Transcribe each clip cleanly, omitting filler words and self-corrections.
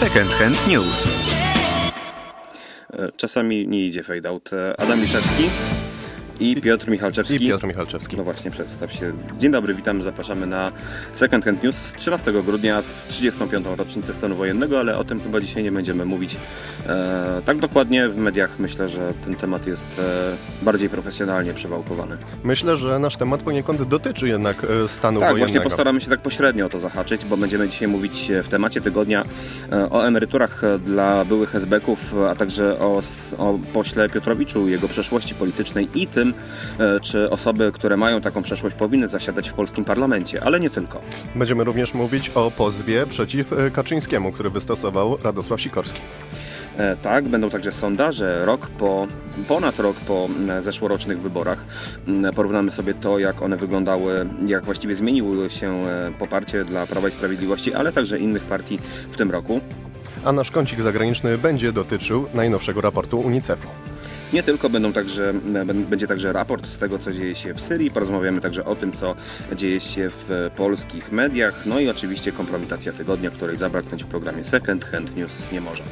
Second Hand News. Czasami nie idzie fade out. Adam Miszewski i Piotr Michalczewski. No właśnie, przedstaw się. Dzień dobry, witamy, zapraszamy na Second Hand News 13 grudnia, w 35. rocznicę stanu wojennego, ale o tym chyba dzisiaj nie będziemy mówić tak dokładnie. W mediach myślę, że ten temat jest bardziej profesjonalnie przewałkowany. Myślę, że nasz temat poniekąd dotyczy jednak stanu wojennego. Tak, właśnie postaramy się tak pośrednio o to zahaczyć, bo będziemy dzisiaj mówić w temacie tygodnia o emeryturach dla byłych esbeków, a także o pośle Piotrowiczu, jego przeszłości politycznej i tym, czy osoby, które mają taką przeszłość, powinny zasiadać w polskim parlamencie, ale nie tylko. Będziemy również mówić o pozwie przeciw Kaczyńskiemu, który wystosował Radosław Sikorski. Tak, będą także sondaże ponad rok po zeszłorocznych wyborach. Porównamy sobie to, jak one wyglądały, jak właściwie zmieniło się poparcie dla Prawa i Sprawiedliwości, ale także innych partii w tym roku. A nasz kącik zagraniczny będzie dotyczył najnowszego raportu UNICEF-u. Nie tylko, będzie także raport z tego, co dzieje się w Syrii. Porozmawiamy także o tym, co dzieje się w polskich mediach. No i oczywiście kompromitacja tygodnia, której zabraknąć w programie Second Hand News nie może.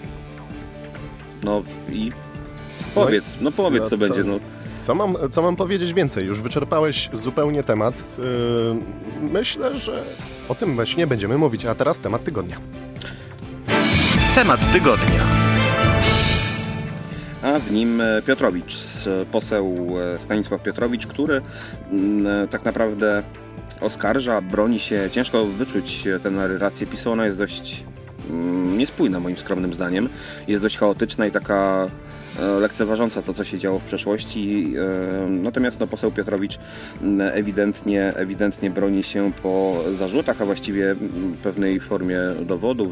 No i powiedz, co będzie. No. Co mam powiedzieć więcej? Już wyczerpałeś zupełnie temat. Myślę, że o tym właśnie będziemy mówić. A teraz temat tygodnia. Temat tygodnia. A w nim Piotrowicz, poseł Stanisław Piotrowicz, który tak naprawdę oskarża, broni się. Ciężko wyczuć tę narrację PiS-u, ona jest dość niespójna moim skromnym zdaniem. Jest dość chaotyczna i taka lekceważąca to, co się działo w przeszłości. Natomiast poseł Piotrowicz ewidentnie broni się po zarzutach, a właściwie pewnej formie dowodów,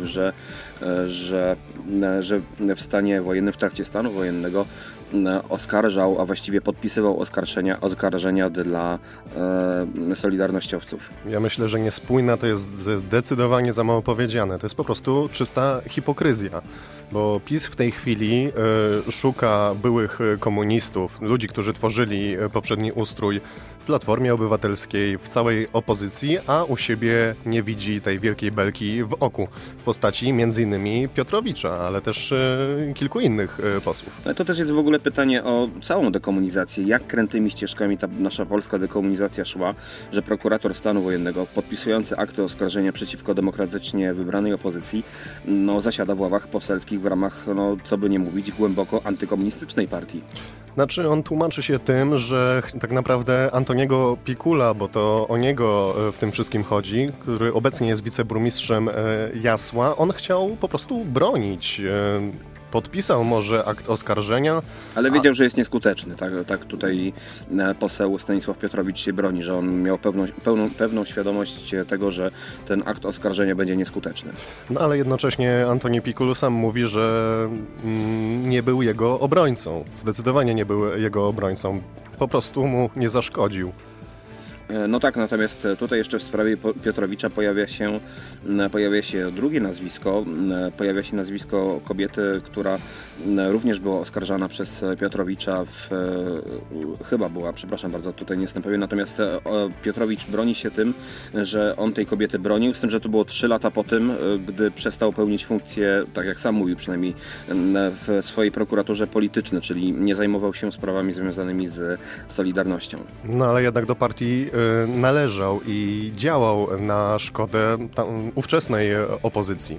że w stanie wojennym, w trakcie stanu wojennego oskarżał, a właściwie podpisywał oskarżenia dla solidarnościowców. Ja myślę, że niespójna to jest zdecydowanie za mało powiedziane. To jest po prostu czysta hipokryzja, bo PiS w tej chwili szuka byłych komunistów, ludzi, którzy tworzyli poprzedni ustrój w Platformie Obywatelskiej, w całej opozycji, a u siebie nie widzi tej wielkiej belki w oku w postaci m.in. Piotrowicza, ale też kilku innych posłów. To też jest w ogóle pytanie o całą dekomunizację. Jak krętymi ścieżkami ta nasza polska dekomunizacja szła, że prokurator stanu wojennego podpisujący akty oskarżenia przeciwko demokratycznie wybranej opozycji zasiada w ławach poselskich w ramach, co by nie mówić, głęboko antykomunistycznej partii. Znaczy on tłumaczy się tym, że tak naprawdę Antoniego Pikula, bo to o niego w tym wszystkim chodzi, który obecnie jest wiceburmistrzem Jasła, on chciał po prostu bronić. Podpisał może akt oskarżenia. Ale wiedział, że jest nieskuteczny. Tak tutaj poseł Stanisław Piotrowicz się broni, że on miał pewną świadomość tego, że ten akt oskarżenia będzie nieskuteczny. No ale jednocześnie Antoni Pikul sam mówi, że nie był jego obrońcą. Zdecydowanie nie był jego obrońcą. Po prostu mu nie zaszkodził. No tak, natomiast tutaj jeszcze w sprawie Piotrowicza pojawia się drugie nazwisko. Pojawia się nazwisko kobiety, która również była oskarżana przez Piotrowicza chyba była, przepraszam bardzo, tutaj nie jestem pewien, natomiast Piotrowicz broni się tym, że on tej kobiety bronił, z tym, że to było 3 lata po tym, gdy przestał pełnić funkcję, tak jak sam mówił przynajmniej, w swojej prokuraturze politycznej, czyli nie zajmował się sprawami związanymi z Solidarnością. No ale jednak do partii należał i działał na szkodę ówczesnej opozycji.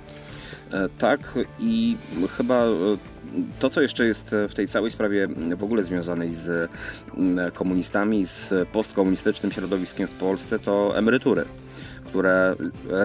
Tak, i chyba to, co jeszcze jest w tej całej sprawie w ogóle związanej z komunistami, z postkomunistycznym środowiskiem w Polsce, to emerytury, które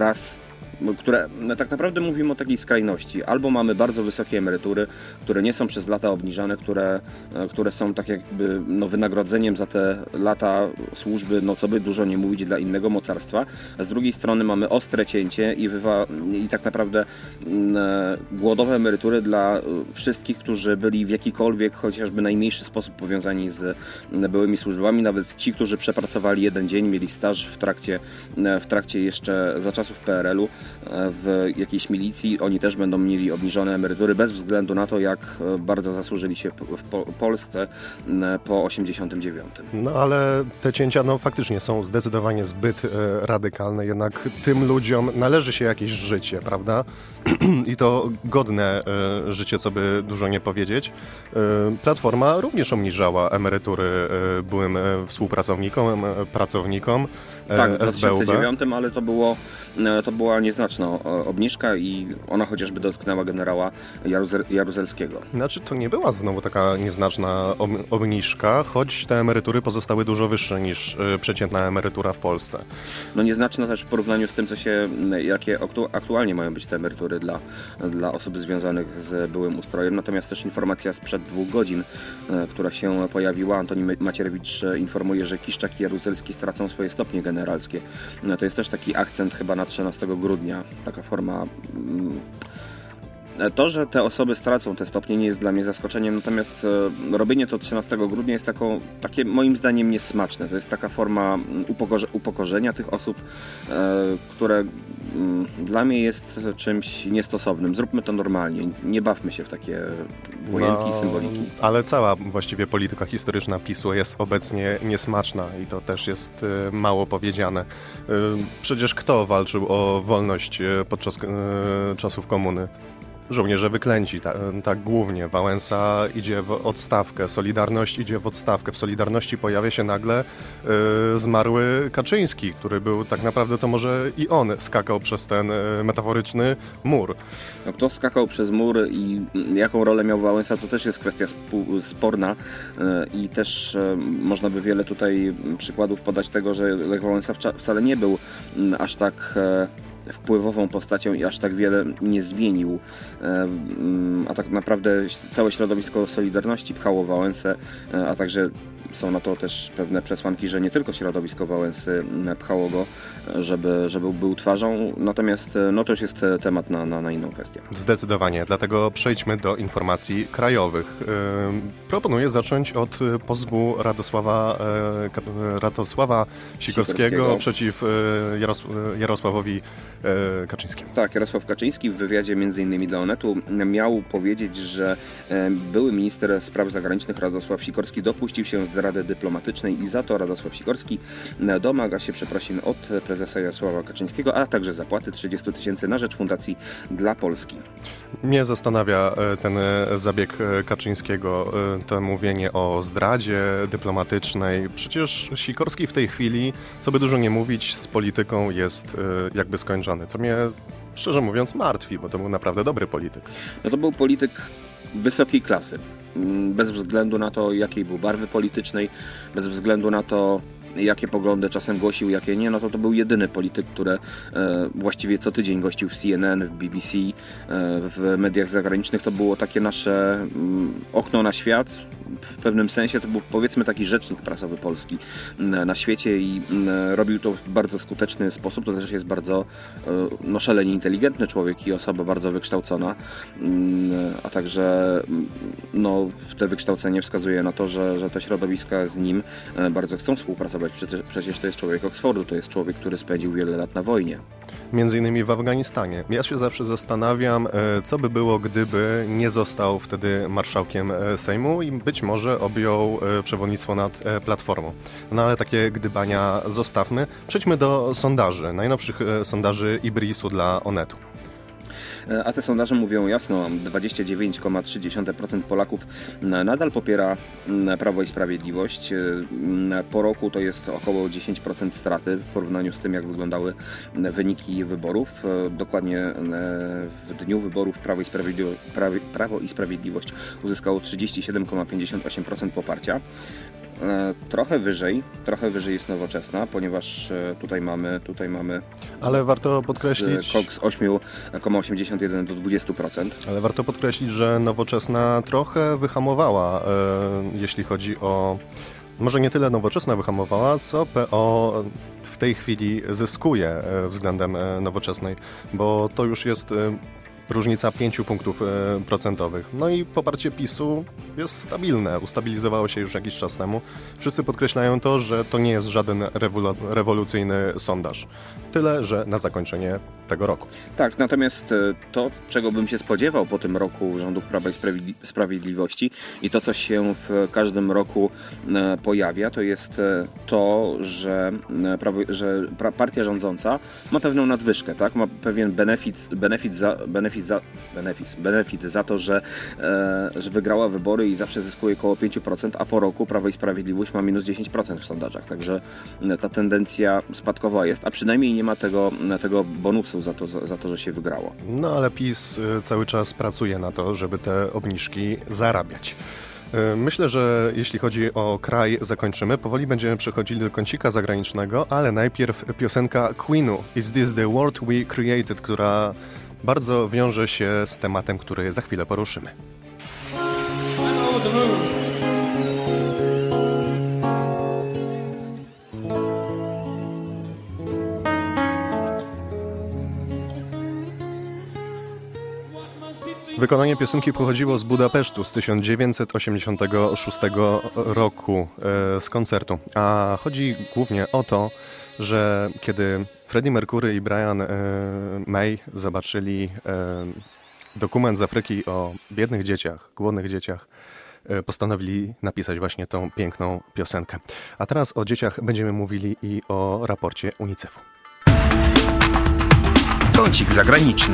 tak naprawdę mówimy o takiej skrajności. Albo mamy bardzo wysokie emerytury, które nie są przez lata obniżane, które są tak jakby wynagrodzeniem za te lata służby, co by dużo nie mówić, dla innego mocarstwa, a z drugiej strony mamy ostre cięcie i tak naprawdę głodowe emerytury dla wszystkich, którzy byli w jakikolwiek, chociażby najmniejszy sposób powiązani z byłymi służbami, nawet ci, którzy przepracowali 1 dzień, mieli staż w trakcie jeszcze za czasów PRL-u. w jakiejś milicji, oni też będą mieli obniżone emerytury bez względu na to, jak bardzo zasłużyli się w Polsce po 89. No ale te cięcia faktycznie są zdecydowanie zbyt radykalne, jednak tym ludziom należy się jakieś życie, prawda? I to godne życie, co by dużo nie powiedzieć. Platforma również obniżała emerytury byłym współpracownikom, pracownikom tak, w SBUB. 2009, ale to była nieznaczna obniżka i ona chociażby dotknęła generała Jaruzelskiego. Znaczy, to nie była znowu taka nieznaczna obniżka, choć te emerytury pozostały dużo wyższe niż przeciętna emerytura w Polsce. No nieznaczna też w porównaniu z tym, jakie aktualnie mają być te emerytury dla osób związanych z byłym ustrojem. Natomiast też informacja sprzed 2 godzin, która się pojawiła, Antoni Macierewicz informuje, że Kiszczak i Jaruzelski stracą swoje stopnie generalskie. To jest też taki akcent chyba na 13 grudnia, taka forma. To, że te osoby stracą te stopnie, nie jest dla mnie zaskoczeniem, natomiast robienie to 13 grudnia jest takie moim zdaniem niesmaczne. To jest taka forma upokorzenia tych osób, które dla mnie jest czymś niestosownym. Zróbmy to normalnie, nie bawmy się w takie wojenki, symboliki. Ale cała właściwie polityka historyczna PiS-u jest obecnie niesmaczna i to też jest mało powiedziane. Przecież kto walczył o wolność podczas czasów komuny? Żołnierze wyklęci, tak głównie. Wałęsa idzie w odstawkę, Solidarność idzie w odstawkę. W Solidarności pojawia się nagle zmarły Kaczyński, który był tak naprawdę, to może i on skakał przez ten metaforyczny mur. No, kto skakał przez mur i jaką rolę miał Wałęsa, to też jest kwestia sporna i też można by wiele tutaj przykładów podać tego, że Lech Wałęsa wcale nie był aż tak wpływową postacią i aż tak wiele nie zmienił, a tak naprawdę całe środowisko Solidarności pchało Wałęsę, a także są na to też pewne przesłanki, że nie tylko środowisko Wałęsy pchało go, żeby był twarzą, natomiast no to już jest temat na inną kwestię. Zdecydowanie, dlatego przejdźmy do informacji krajowych. Proponuję zacząć od pozwu Radosława Sikorskiego przeciw Jarosławowi Kaczyńskiemu. Tak, Jarosław Kaczyński w wywiadzie m.in. dla Onetu miał powiedzieć, że były minister spraw zagranicznych Radosław Sikorski dopuścił się zdrady dyplomatycznej i za to Radosław Sikorski domaga się przeprosin od prezesa Jarosława Kaczyńskiego, a także zapłaty 30 000 na rzecz Fundacji dla Polski. Mnie zastanawia ten zabieg Kaczyńskiego, to mówienie o zdradzie dyplomatycznej. Przecież Sikorski w tej chwili, co by dużo nie mówić, z polityką jest jakby skończony, co mnie szczerze mówiąc martwi, bo to był naprawdę dobry polityk. No to był polityk wysokiej klasy, bez względu na to, jakiej był barwy politycznej, bez względu na to, jakie poglądy czasem głosił, jakie nie, no to był jedyny polityk, który właściwie co tydzień gościł w CNN, w BBC, w mediach zagranicznych. To było takie nasze okno na świat. W pewnym sensie to był, powiedzmy, taki rzecznik prasowy Polski na świecie i robił to w bardzo skuteczny sposób. To też jest bardzo szalenie inteligentny człowiek i osoba bardzo wykształcona, a także te wykształcenie wskazuje na to, że te środowiska z nim bardzo chcą współpracować. Przecież to jest człowiek Oksfordu, to jest człowiek, który spędził wiele lat na wojnie. Między innymi w Afganistanie. Ja się zawsze zastanawiam, co by było, gdyby nie został wtedy marszałkiem Sejmu i być może objął przewodnictwo nad Platformą. No ale takie gdybania zostawmy. Przejdźmy do sondaży, najnowszych sondaży Ibrisu dla Onetu. A te sondaże mówią jasno, 29,3% Polaków nadal popiera Prawo i Sprawiedliwość. Po roku to jest około 10% straty w porównaniu z tym, jak wyglądały wyniki wyborów. Dokładnie w dniu wyborów Prawo i Sprawiedliwość uzyskało 37,58% poparcia. Trochę wyżej jest Nowoczesna, ponieważ tutaj mamy ale warto podkreślić z 8,81 do 20%. Ale warto podkreślić, że Nowoczesna trochę wyhamowała, jeśli chodzi o... Może nie tyle Nowoczesna wyhamowała, co PO w tej chwili zyskuje względem Nowoczesnej, bo to już jest różnica 5 punktów procentowych. No i poparcie PiS-u jest stabilne, ustabilizowało się już jakiś czas temu. Wszyscy podkreślają to, że to nie jest żaden rewolucyjny sondaż. Tyle, że na zakończenie tego roku. Tak, natomiast to, czego bym się spodziewał po tym roku rządów Prawa i Sprawiedliwości i to, co się w każdym roku pojawia, to jest to, że partia rządząca ma pewną nadwyżkę, tak? Ma pewien benefit za to, że wygrała wybory i zawsze zyskuje około 5%, a po roku Prawo i Sprawiedliwość ma minus 10% w sondażach. Także ta tendencja spadkowa jest, a przynajmniej nie ma tego bonusu za to, że się wygrało. No ale PiS cały czas pracuje na to, żeby te obniżki zarabiać. Myślę, że jeśli chodzi o kraj, zakończymy. Powoli będziemy przechodzili do kącika zagranicznego, ale najpierw piosenka Queenu Is This The World We Created, która bardzo wiąże się z tematem, który za chwilę poruszymy. Wykonanie piosenki pochodziło z Budapesztu z 1986 roku z koncertu, a chodzi głównie o to, że kiedy Freddie Mercury i Brian May zobaczyli dokument z Afryki o biednych dzieciach, głodnych dzieciach, postanowili napisać właśnie tą piękną piosenkę. A teraz o dzieciach będziemy mówili i o raporcie UNICEF-u. Kącik zagraniczny.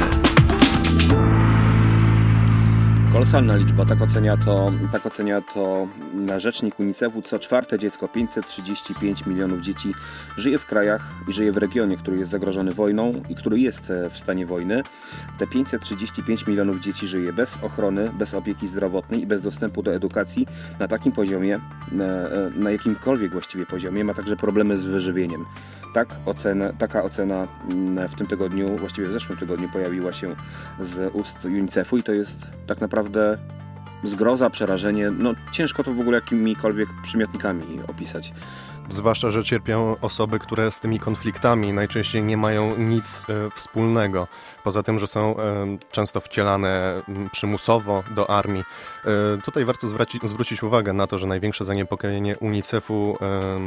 Kolosalna liczba, tak ocenia to rzecznik UNICEF-u. Co czwarte dziecko, 535 milionów dzieci, żyje w krajach i żyje w regionie, który jest zagrożony wojną i który jest w stanie wojny. Te 535 milionów dzieci żyje bez ochrony, bez opieki zdrowotnej i bez dostępu do edukacji na takim poziomie, na jakimkolwiek właściwie poziomie, ma także problemy z wyżywieniem. Taka ocena w tym tygodniu, właściwie w zeszłym tygodniu pojawiła się z ust UNICEF-u i to jest tak naprawdę zgroza, przerażenie. No ciężko to w ogóle jakimikolwiek przymiotnikami opisać. Zwłaszcza, że cierpią osoby, które z tymi konfliktami najczęściej nie mają nic wspólnego. Poza tym, że są często wcielane przymusowo do armii. Tutaj warto zwrócić uwagę na to, że największe zaniepokojenie UNICEF-u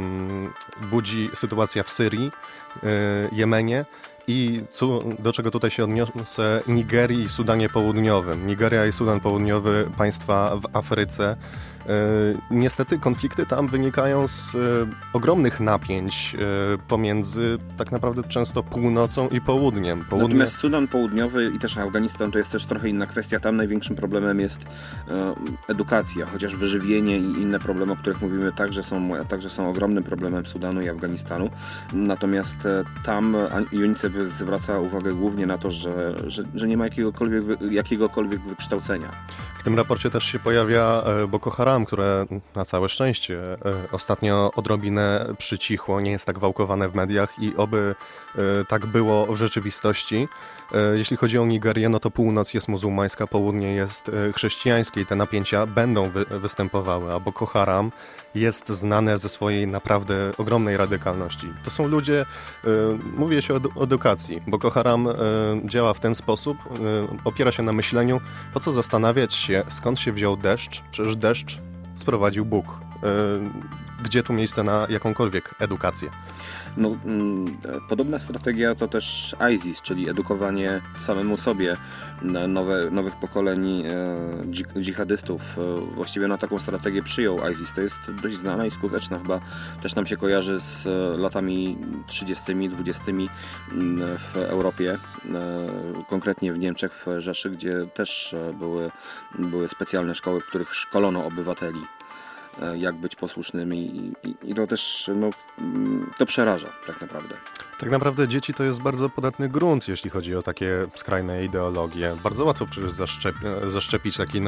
budzi sytuacja w Syrii, Jemenie i do czego tutaj się odniosę, Nigerii i Sudanie Południowym. Nigeria i Sudan Południowy, państwa w Afryce. Niestety konflikty tam wynikają z ogromnych napięć pomiędzy tak naprawdę często północą i południem. Natomiast Sudan Południowy i też Afganistan to jest też trochę inna kwestia. Tam największym problemem jest edukacja, chociaż wyżywienie i inne problemy, o których mówimy, także są ogromnym problemem Sudanu i Afganistanu. Natomiast tam UNICEF zwraca uwagę głównie na to, że nie ma jakiegokolwiek wykształcenia. W tym raporcie też się pojawia Boko Haram, które na całe szczęście ostatnio odrobinę przycichło, nie jest tak wałkowane w mediach i oby tak było w rzeczywistości. Jeśli chodzi o Nigerię, no to północ jest muzułmańska, południe jest chrześcijańskie i te napięcia będą występowały, a Boko Haram jest znane ze swojej naprawdę ogromnej radykalności. To są ludzie, mówię się o edukacji. Boko Haram działa w ten sposób, opiera się na myśleniu, po co zastanawiać się, skąd się wziął deszcz, przecież deszcz sprowadził Bóg. Gdzie tu miejsce na jakąkolwiek edukację? No, podobna strategia to też ISIS, czyli edukowanie samemu sobie nowych pokoleń dżihadystów. Właściwie na taką strategię przyjął ISIS. To jest dość znana i skuteczna. Chyba też nam się kojarzy z latami 30., 20. w Europie, konkretnie w Niemczech, w Rzeszy, gdzie też były specjalne szkoły, w których szkolono obywateli, jak być posłusznymi i to też to przeraża tak naprawdę. Tak naprawdę dzieci to jest bardzo podatny grunt, jeśli chodzi o takie skrajne ideologie. Bardzo łatwo przecież zaszczepić taki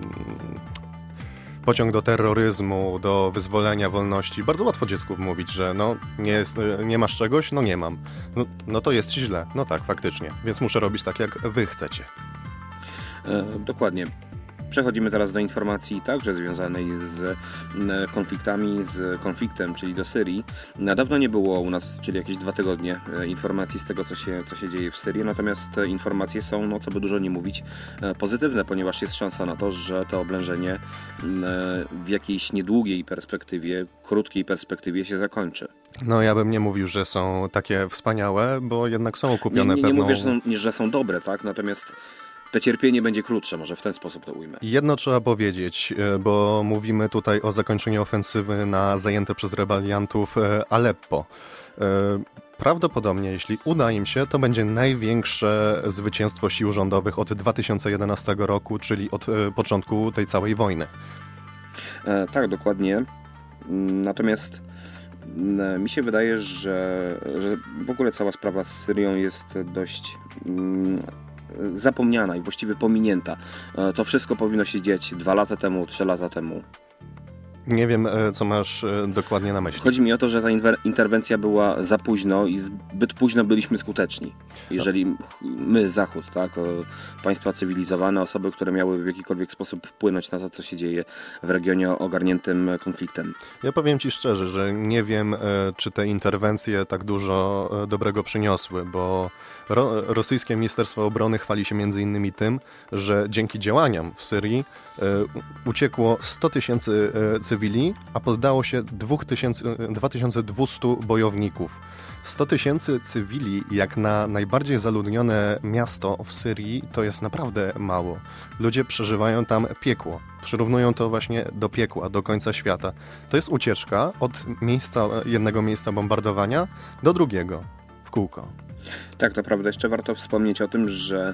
pociąg do terroryzmu, do wyzwolenia wolności. Bardzo łatwo dziecku mówić, że nie masz czegoś, nie mam. No to jest ci źle. No tak, faktycznie. Więc muszę robić tak, jak wy chcecie. Dokładnie. Przechodzimy teraz do informacji także związanej z konfliktami, z konfliktem, czyli do Syrii. Dawno nie było u nas, czyli jakieś 2 tygodnie, informacji z tego, co się dzieje w Syrii, natomiast informacje są, no co by dużo nie mówić, pozytywne, ponieważ jest szansa na to, że to oblężenie w jakiejś niedługiej perspektywie, krótkiej perspektywie się zakończy. No ja bym nie mówił, że są takie wspaniałe, bo jednak są okupione Nie pewną... mówię, że są dobre, tak? Natomiast to cierpienie będzie krótsze, może w ten sposób to ujmę. Jedno trzeba powiedzieć, bo mówimy tutaj o zakończeniu ofensywy na zajęte przez rebeliantów Aleppo. Prawdopodobnie, jeśli uda im się, to będzie największe zwycięstwo sił rządowych od 2011 roku, czyli od początku tej całej wojny. Tak, dokładnie. Natomiast mi się wydaje, że w ogóle cała sprawa z Syrią jest dość zapomniana i właściwie pominięta. To wszystko powinno się dziać 2 lata temu, 3 lata temu. Nie wiem, co masz dokładnie na myśli. Chodzi mi o to, że ta interwencja była za późno i zbyt późno byliśmy skuteczni. Jeżeli my, Zachód, tak, państwa cywilizowane, osoby, które miały w jakikolwiek sposób wpłynąć na to, co się dzieje w regionie ogarniętym konfliktem. Ja powiem Ci szczerze, że nie wiem, czy te interwencje tak dużo dobrego przyniosły, bo rosyjskie Ministerstwo Obrony chwali się między innymi tym, że dzięki działaniom w Syrii uciekło 100 tysięcy cywili, a poddało się 2200 bojowników. 100 tysięcy cywili, jak na najbardziej zaludnione miasto w Syrii, to jest naprawdę mało. Ludzie przeżywają tam piekło. Przyrównują to właśnie do piekła, do końca świata. To jest ucieczka od jednego miejsca bombardowania do drugiego, w kółko. Tak, to prawda. Jeszcze warto wspomnieć o tym, że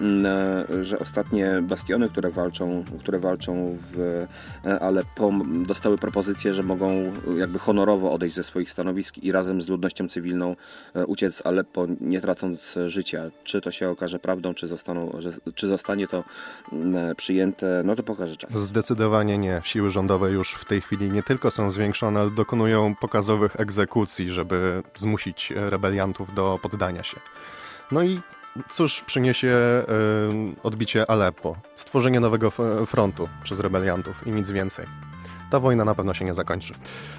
ostatnie bastiony, które walczą w Aleppo, dostały propozycję, że mogą jakby honorowo odejść ze swoich stanowisk i razem z ludnością cywilną uciec z Aleppo, nie tracąc życia. Czy to się okaże prawdą, czy zostanie to przyjęte, no to pokaże czas. Zdecydowanie nie. Siły rządowe już w tej chwili nie tylko są zwiększone, ale dokonują pokazowych egzekucji, żeby zmusić rebeliantów do poddania się. No i cóż przyniesie odbicie Aleppo? Stworzenie nowego frontu przez rebeliantów i nic więcej. Ta wojna na pewno się nie zakończy.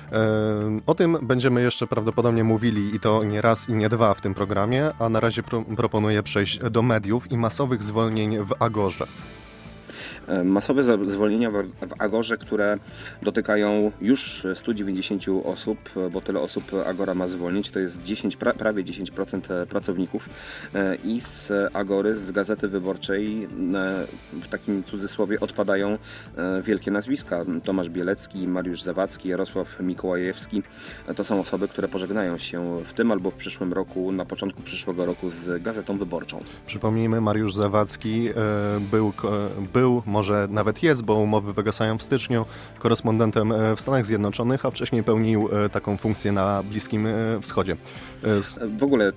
O tym będziemy jeszcze prawdopodobnie mówili i to nie raz i nie 2 w tym programie, a na razie proponuję przejść do mediów i masowych zwolnień w Agorze. Masowe zwolnienia w Agorze, które dotykają już 190 osób, bo tyle osób Agora ma zwolnić, to jest prawie 10% pracowników i z Agory, z Gazety Wyborczej w takim cudzysłowie odpadają wielkie nazwiska. Tomasz Bielecki, Mariusz Zawadzki, Jarosław Mikołajewski. To są osoby, które pożegnają się w tym albo w przyszłym roku, na początku przyszłego roku z Gazetą Wyborczą. Przypomnijmy, Mariusz Zawadzki był, może nawet jest, bo umowy wygasają w styczniu, korespondentem w Stanach Zjednoczonych, a wcześniej pełnił taką funkcję na Bliskim Wschodzie. W ogóle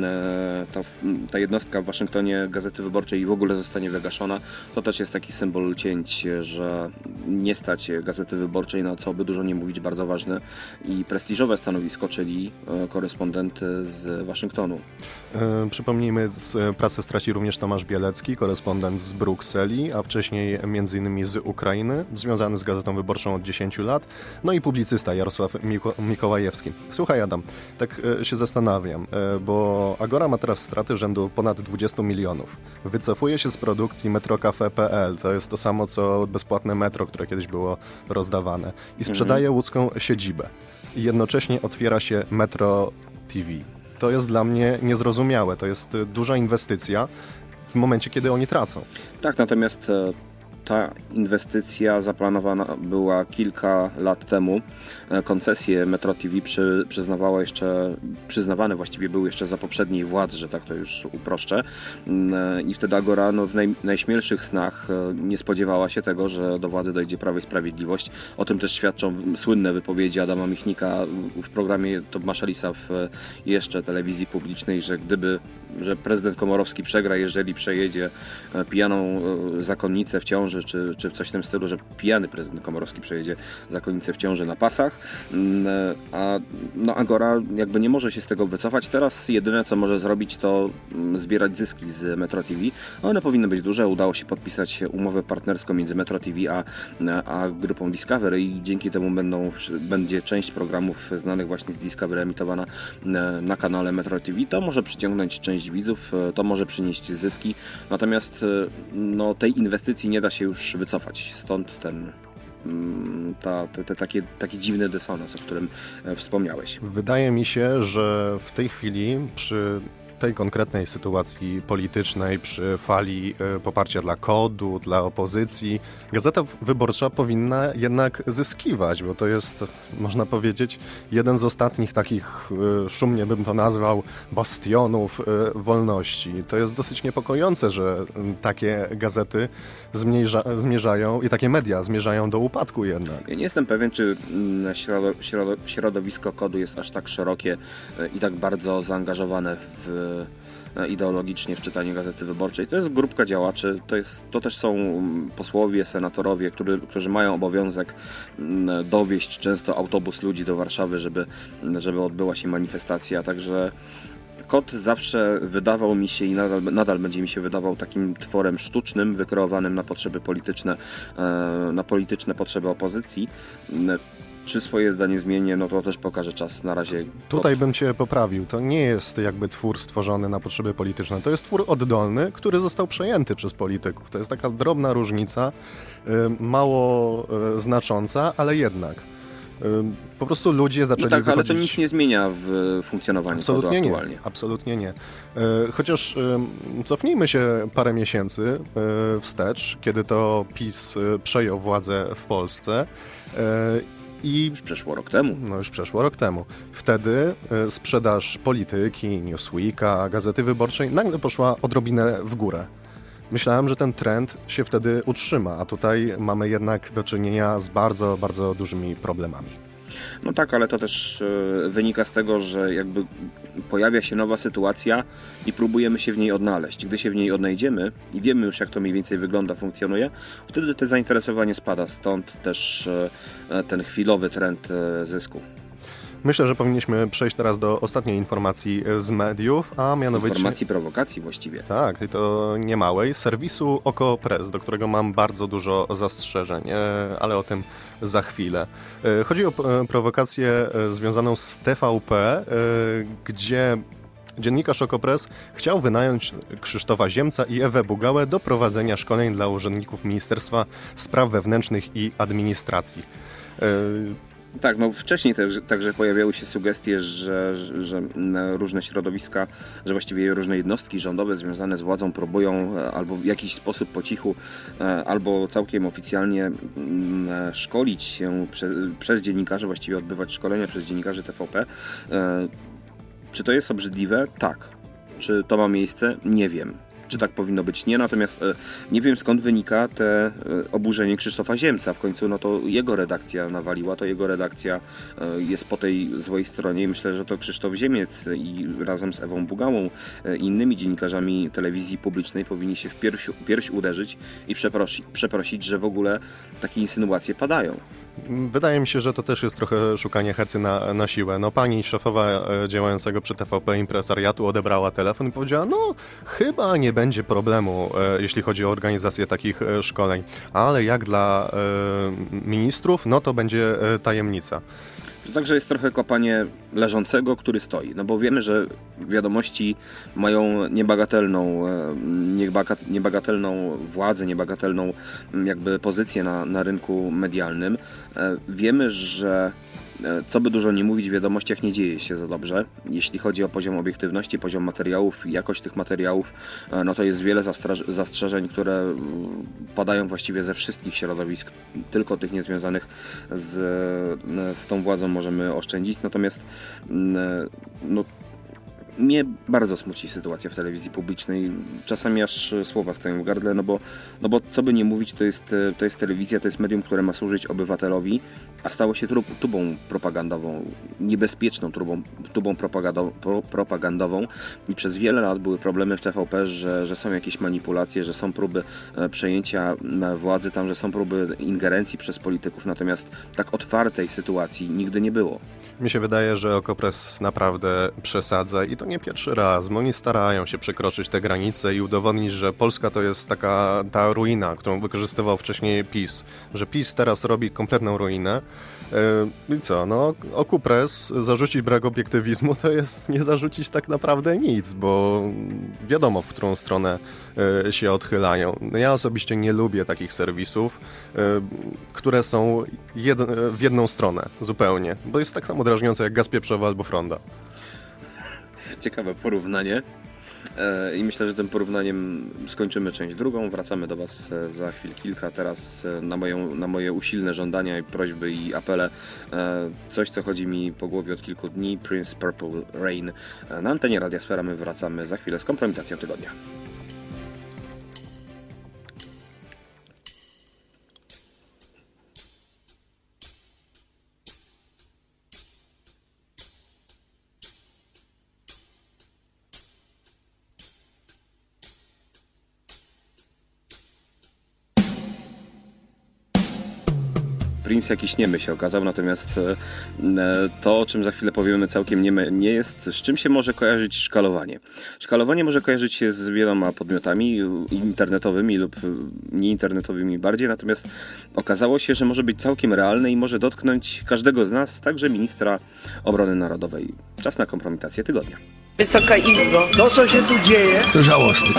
ta jednostka w Waszyngtonie Gazety Wyborczej w ogóle zostanie wygaszona. To też jest taki symbol cięć, że nie stać Gazety Wyborczej na, co by dużo nie mówić, bardzo ważne i prestiżowe stanowisko, czyli korespondent z Waszyngtonu. Przypomnijmy, z pracy straci również Tomasz Bielecki, korespondent z Brukseli, a wcześniej m.in. z Ukrainy, związany z Gazetą Wyborczą od 10 lat, no i publicysta Jarosław Mikołajewski. Słuchaj Adam, tak się zastanawiam, bo Agora ma teraz straty rzędu ponad 20 milionów. Wycofuje się z produkcji metrocafe.pl, to jest to samo co bezpłatne metro, które kiedyś było rozdawane, i sprzedaje łódzką siedzibę. I jednocześnie otwiera się Metro TV. To jest dla mnie niezrozumiałe, to jest duża inwestycja w momencie, kiedy oni tracą. Tak, natomiast ta inwestycja zaplanowana była kilka lat temu. Koncesje Metro TV przyznawane właściwie były jeszcze za poprzedniej władzy, że tak to już uproszczę. I wtedy Agora w najśmielszych snach nie spodziewała się tego, że do władzy dojdzie Prawo i Sprawiedliwość. O tym też świadczą słynne wypowiedzi Adama Michnika w programie Tomasza Lisa w jeszcze telewizji publicznej, że gdyby że prezydent Komorowski przegra, jeżeli przejedzie pijaną zakonnicę w ciąży, czy coś w tym stylu, że pijany prezydent Komorowski przejedzie zakonnicę w ciąży na pasach, a Agora jakby nie może się z tego wycofać. Teraz jedyne, co może zrobić, to zbierać zyski z Metro TV. One powinny być duże. Udało się podpisać umowę partnerską między Metro TV a grupą Discovery i dzięki temu będzie część programów znanych właśnie z Discovery emitowana na kanale Metro TV. To może przyciągnąć część widzów, to może przynieść zyski, natomiast tej inwestycji nie da się już wycofać. Stąd taki dziwny dysonans, o którym wspomniałeś. Wydaje mi się, że w tej chwili przy tej konkretnej sytuacji politycznej, przy fali poparcia dla KOD-u, dla opozycji, Gazeta Wyborcza powinna jednak zyskiwać, bo to jest, można powiedzieć, jeden z ostatnich takich, szumnie bym to nazwał, bastionów wolności. To jest dosyć niepokojące, że takie gazety zmierzają i takie media zmierzają do upadku jednak. Ja nie jestem pewien, czy środowisko KOD-u jest aż tak szerokie i tak bardzo zaangażowane ideologicznie w czytanie Gazety Wyborczej. To jest grupka działaczy, to też są posłowie, senatorowie, którzy mają obowiązek dowieźć często autobus ludzi do Warszawy, żeby odbyła się manifestacja, także KOD zawsze wydawał mi się i nadal będzie mi się wydawał takim tworem sztucznym, wykreowanym na potrzeby polityczne, na polityczne potrzeby opozycji. Czy swoje zdanie zmienię, to też pokaże czas. Na razie Tutaj bym cię poprawił. To nie jest jakby twór stworzony na potrzeby polityczne. To jest twór oddolny, który został przejęty przez polityków. To jest taka drobna różnica, mało znacząca, ale jednak. Po prostu ludzie zaczęli wychodzić... ale to nic nie zmienia w funkcjonowaniu KOD-u aktualnie. Absolutnie nie. Chociaż cofnijmy się parę miesięcy wstecz, kiedy to PiS przejął władzę w Polsce. Już przeszło rok temu. Już przeszło rok temu. Wtedy sprzedaż Polityki, Newsweeka, Gazety Wyborczej nagle poszła odrobinę w górę. Myślałem, że ten trend się wtedy utrzyma, a tutaj mamy jednak do czynienia z bardzo, bardzo dużymi problemami. Tak, ale to też wynika z tego, że jakby pojawia się nowa sytuacja i próbujemy się w niej odnaleźć. Gdy się w niej odnajdziemy i wiemy już, jak to mniej więcej wygląda, funkcjonuje, wtedy to zainteresowanie spada, stąd też ten chwilowy trend zysku. Myślę, że powinniśmy przejść teraz do ostatniej informacji z mediów, a mianowicie... Informacji, prowokacji właściwie. Tak, i to niemałej, serwisu Oko.press, do którego mam bardzo dużo zastrzeżeń, ale o tym za chwilę. Chodzi o prowokację związaną z TVP, gdzie dziennikarz Oko.press chciał wynająć Krzysztofa Ziemca i Ewę Bugałę do prowadzenia szkoleń dla urzędników Ministerstwa Spraw Wewnętrznych i Administracji. Tak, wcześniej także pojawiały się sugestie, że różne środowiska, że właściwie różne jednostki rządowe związane z władzą próbują albo w jakiś sposób po cichu, albo całkiem oficjalnie szkolić się przez dziennikarzy, właściwie odbywać szkolenia przez dziennikarzy TVP. Czy to jest obrzydliwe? Tak. Czy to ma miejsce? Nie wiem. Czy tak powinno być? Nie, natomiast nie wiem, skąd wynika te oburzenie Krzysztofa Ziemca. W końcu to jego redakcja nawaliła, to jego redakcja jest po tej złej stronie i myślę, że to Krzysztof Ziemiec i razem z Ewą Bugałą i innymi dziennikarzami telewizji publicznej powinni się w pierś uderzyć i przeprosić, że w ogóle takie insynuacje padają. Wydaje mi się, że to też jest trochę szukanie hecy na siłę. Pani szefowa działającego przy TVP impresariatu odebrała telefon i powiedziała, chyba nie będzie problemu, jeśli chodzi o organizację takich szkoleń, ale jak dla ministrów, to będzie tajemnica. To także jest trochę kopanie leżącego, który stoi. Bo wiemy, że wiadomości mają niebagatelną władzę, niebagatelną jakby pozycję na rynku medialnym. Wiemy, że co by dużo nie mówić, w wiadomościach nie dzieje się za dobrze. Jeśli chodzi o poziom obiektywności, poziom materiałów i jakość tych materiałów, to jest wiele zastrzeżeń, które padają właściwie ze wszystkich środowisk. Tylko tych niezwiązanych z tą władzą możemy oszczędzić. Natomiast Mnie bardzo smuci sytuacja w telewizji publicznej. Czasami aż słowa stoją w gardle, no bo co by nie mówić, to jest telewizja, to jest medium, które ma służyć obywatelowi, a stało się tubą propagandową, niebezpieczną tubą propagandową i przez wiele lat były problemy w TVP, że są jakieś manipulacje, że są próby przejęcia władzy tam, że są próby ingerencji przez polityków, natomiast tak otwartej sytuacji nigdy nie było. Mi się wydaje, że Okopres naprawdę przesadza i to nie pierwszy raz, bo oni starają się przekroczyć te granice i udowodnić, że Polska to jest ta ruina, którą wykorzystywał wcześniej PiS, że PiS teraz robi kompletną ruinę. I co, no Okupres zarzucić brak obiektywizmu to jest nie zarzucić tak naprawdę nic, bo wiadomo, w którą stronę się odchylają. Ja osobiście nie lubię takich serwisów, które są w jedną stronę zupełnie, bo jest tak samo drażniące jak gaz pieprzowy albo fronda. Ciekawe porównanie. I myślę, że tym porównaniem skończymy część drugą. Wracamy do Was za chwil kilka. Teraz na moje usilne żądania i prośby i apele coś, co chodzi mi po głowie od kilku dni. Prince Purple Rain na antenie Radia Sfera. My wracamy za chwilę z kompromitacją tygodnia. Prince jakiś niemy się okazał, natomiast to, o czym za chwilę powiemy, całkiem nie jest. Z czym się może kojarzyć szkalowanie? Szkalowanie może kojarzyć się z wieloma podmiotami internetowymi lub nieinternetowymi bardziej, natomiast okazało się, że może być całkiem realne i może dotknąć każdego z nas, także ministra obrony narodowej. Czas na kompromitację tygodnia. Wysoka Izbo. To, co się tu dzieje, to żałosne.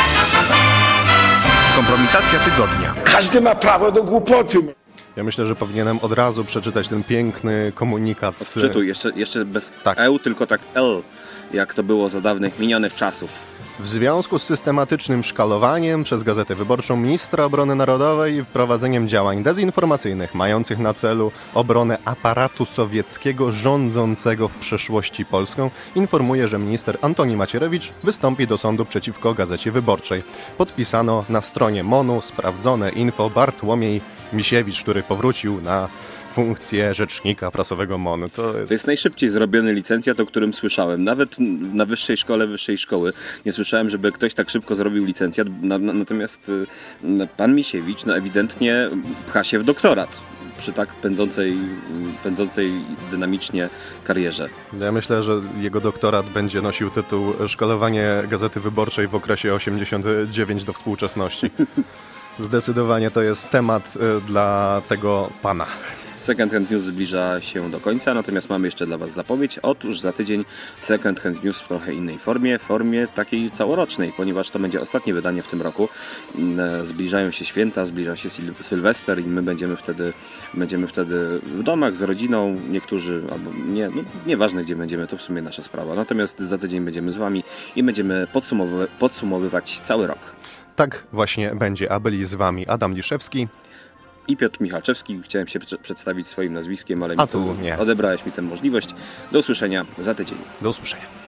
Kompromitacja tygodnia. Każdy ma prawo do głupoty. Ja myślę, że powinienem od razu przeczytać ten piękny komunikat. Odczytuj, jeszcze bez eł, tylko tak L, jak to było za dawnych, minionych czasów. W związku z systematycznym szkalowaniem przez Gazetę Wyborczą ministra obrony narodowej i wprowadzeniem działań dezinformacyjnych mających na celu obronę aparatu sowieckiego rządzącego w przeszłości Polską, informuje, że minister Antoni Macierewicz wystąpi do sądu przeciwko Gazecie Wyborczej. Podpisano na stronie MON-u sprawdzone info Bartłomiej Misiewicz, który powrócił na funkcję rzecznika prasowego MON. To jest najszybciej zrobiony licencjat, o którym słyszałem. Nawet na wyższej szkoły nie słyszałem, żeby ktoś tak szybko zrobił licencjat. Natomiast pan Misiewicz ewidentnie pcha się w doktorat przy tak pędzącej dynamicznie karierze. Ja myślę, że jego doktorat będzie nosił tytuł Szkalowanie Gazety Wyborczej w okresie 89 do współczesności. Zdecydowanie to jest temat dla tego pana. Second Hand News zbliża się do końca, natomiast mamy jeszcze dla Was zapowiedź. Otóż za tydzień Second Hand News w trochę innej formie takiej całorocznej, ponieważ to będzie ostatnie wydanie w tym roku. Zbliżają się święta, zbliża się Sylwester i my będziemy wtedy w domach z rodziną, niektórzy, albo nie, no nieważne gdzie będziemy, to w sumie nasza sprawa. Natomiast za tydzień będziemy z Wami i będziemy podsumowywać cały rok. Tak właśnie będzie, a byli z Wami Adam Liszewski i Piotr Michalczewski. Chciałem się przedstawić swoim nazwiskiem, ale nie. Odebrałeś mi tę możliwość. Do usłyszenia za tydzień. Do usłyszenia.